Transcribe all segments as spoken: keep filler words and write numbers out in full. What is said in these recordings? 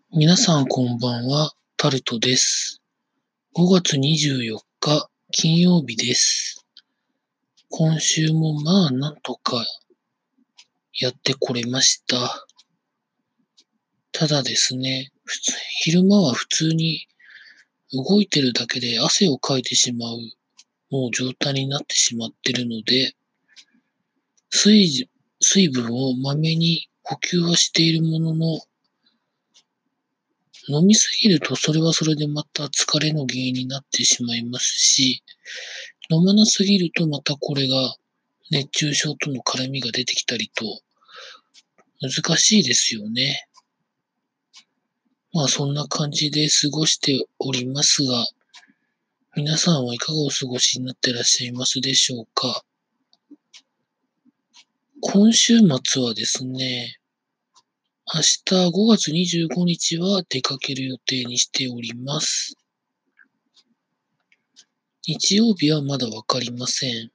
皆さんこんばんは、タルトです。ごがつにじゅうよっか、金曜日です。今週もまあなんとかやってこれました。ただですね、普通昼間は普通に動いてるだけで汗をかいてしまう、もう状態になってしまってるので、水水分をまめに補給はしているものの、飲みすぎるとそれはそれでまた疲れの原因になってしまいますし、飲まなすぎるとまたこれが熱中症との絡みが出てきたりと難しいですよね。まあそんな感じで過ごしておりますが、皆さんはいかがお過ごしになってらっしゃいますでしょうか。今週末はですね、明日ごがつにじゅうごにちは出かける予定にしております。日曜日はまだわかりません。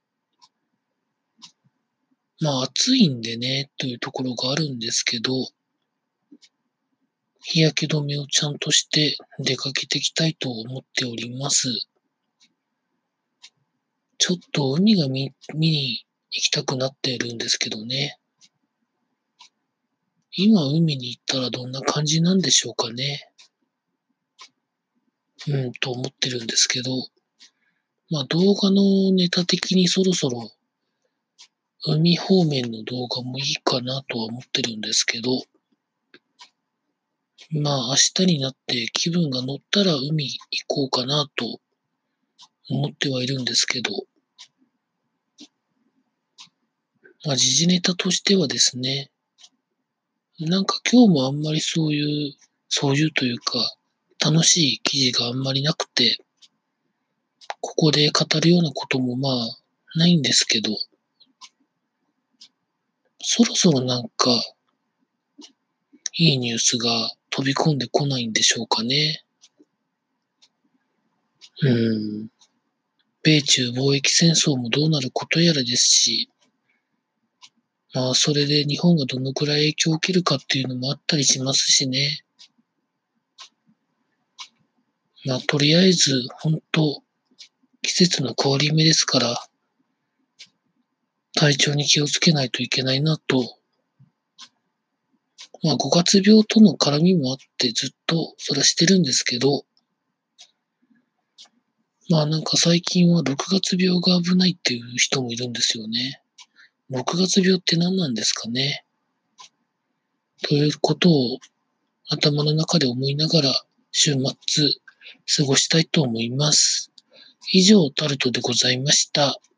まあ暑いんでね、というところがあるんですけど、日焼け止めをちゃんとして出かけてきたいと思っております。ちょっと海が見見に行きたくなっているんですけどね。今海に行ったらどんな感じなんでしょうかね。うん、と思ってるんですけど、まあ動画のネタ的にそろそろ海方面の動画もいいかなとは思ってるんですけど、まあ明日になって気分が乗ったら海行こうかなと思ってはいるんですけど、まあ時事ネタとしてはですね、なんか今日もあんまりそういう、そういうというか、楽しい記事があんまりなくて、ここで語るようなこともまあ、ないんですけど、そろそろなんか、いいニュースが飛び込んでこないんでしょうかね。うん。米中貿易戦争もどうなることやらですし、まあ、それで日本がどのくらい影響を受けるかっていうのもあったりしますしね。まあ、とりあえず、本当季節の変わり目ですから、体調に気をつけないといけないなと。まあ、ごがつ病との絡みもあってずっとそれはしてるんですけど、まあなんか最近はろくがつ病が危ないっていう人もいるんですよね。ろくがつ病って何なんですかね。ということを頭の中で思いながら週末過ごしたいと思います。以上、タルトでございました。